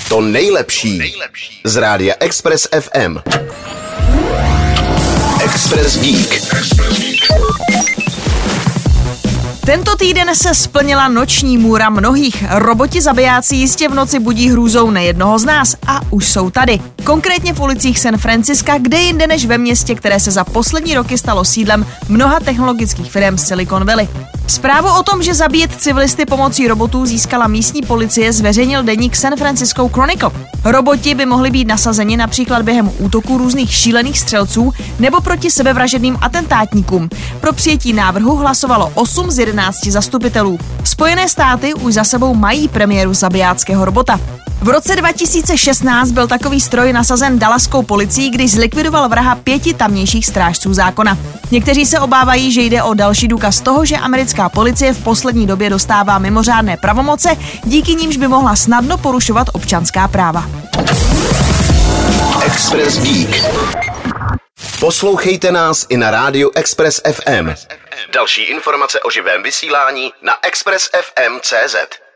To nejlepší z rádia Express FM. Express Geek. Tento týden se splnila noční můra mnohých. Roboti zabijáci jistě v noci budí hrůzou nejednoho z nás a už jsou tady. Konkrétně v ulicích San Francisca, kde jinde než ve městě, které se za poslední roky stalo sídlem mnoha technologických firm Silicon Valley. Zprávu o tom, že zabíjet civilisty pomocí robotů získala místní policie, zveřejnil deník San Francisco Chronicle. Roboti by mohli být nasazeni například během útoků různých šílených střelců nebo proti sebevražedným atentátníkům. Pro přijetí návrhu hlasovalo 8 z 11 zastupitelů. Spojené státy už za sebou mají premiéru zabijáckého robota. V roce 2016 byl takový stroj nasazen dallaskou policií, když zlikvidoval vraha 5 tamějších strážců zákona. Někteří se obávají, že jde o další důkaz toho, že americká policie v poslední době dostává mimořádné pravomoce, díky nímž by mohla snadno porušovat občanská práva. Express Geek. Poslouchejte nás i na rádiu Express FM. Další informace o živém vysílání na expressfm.cz.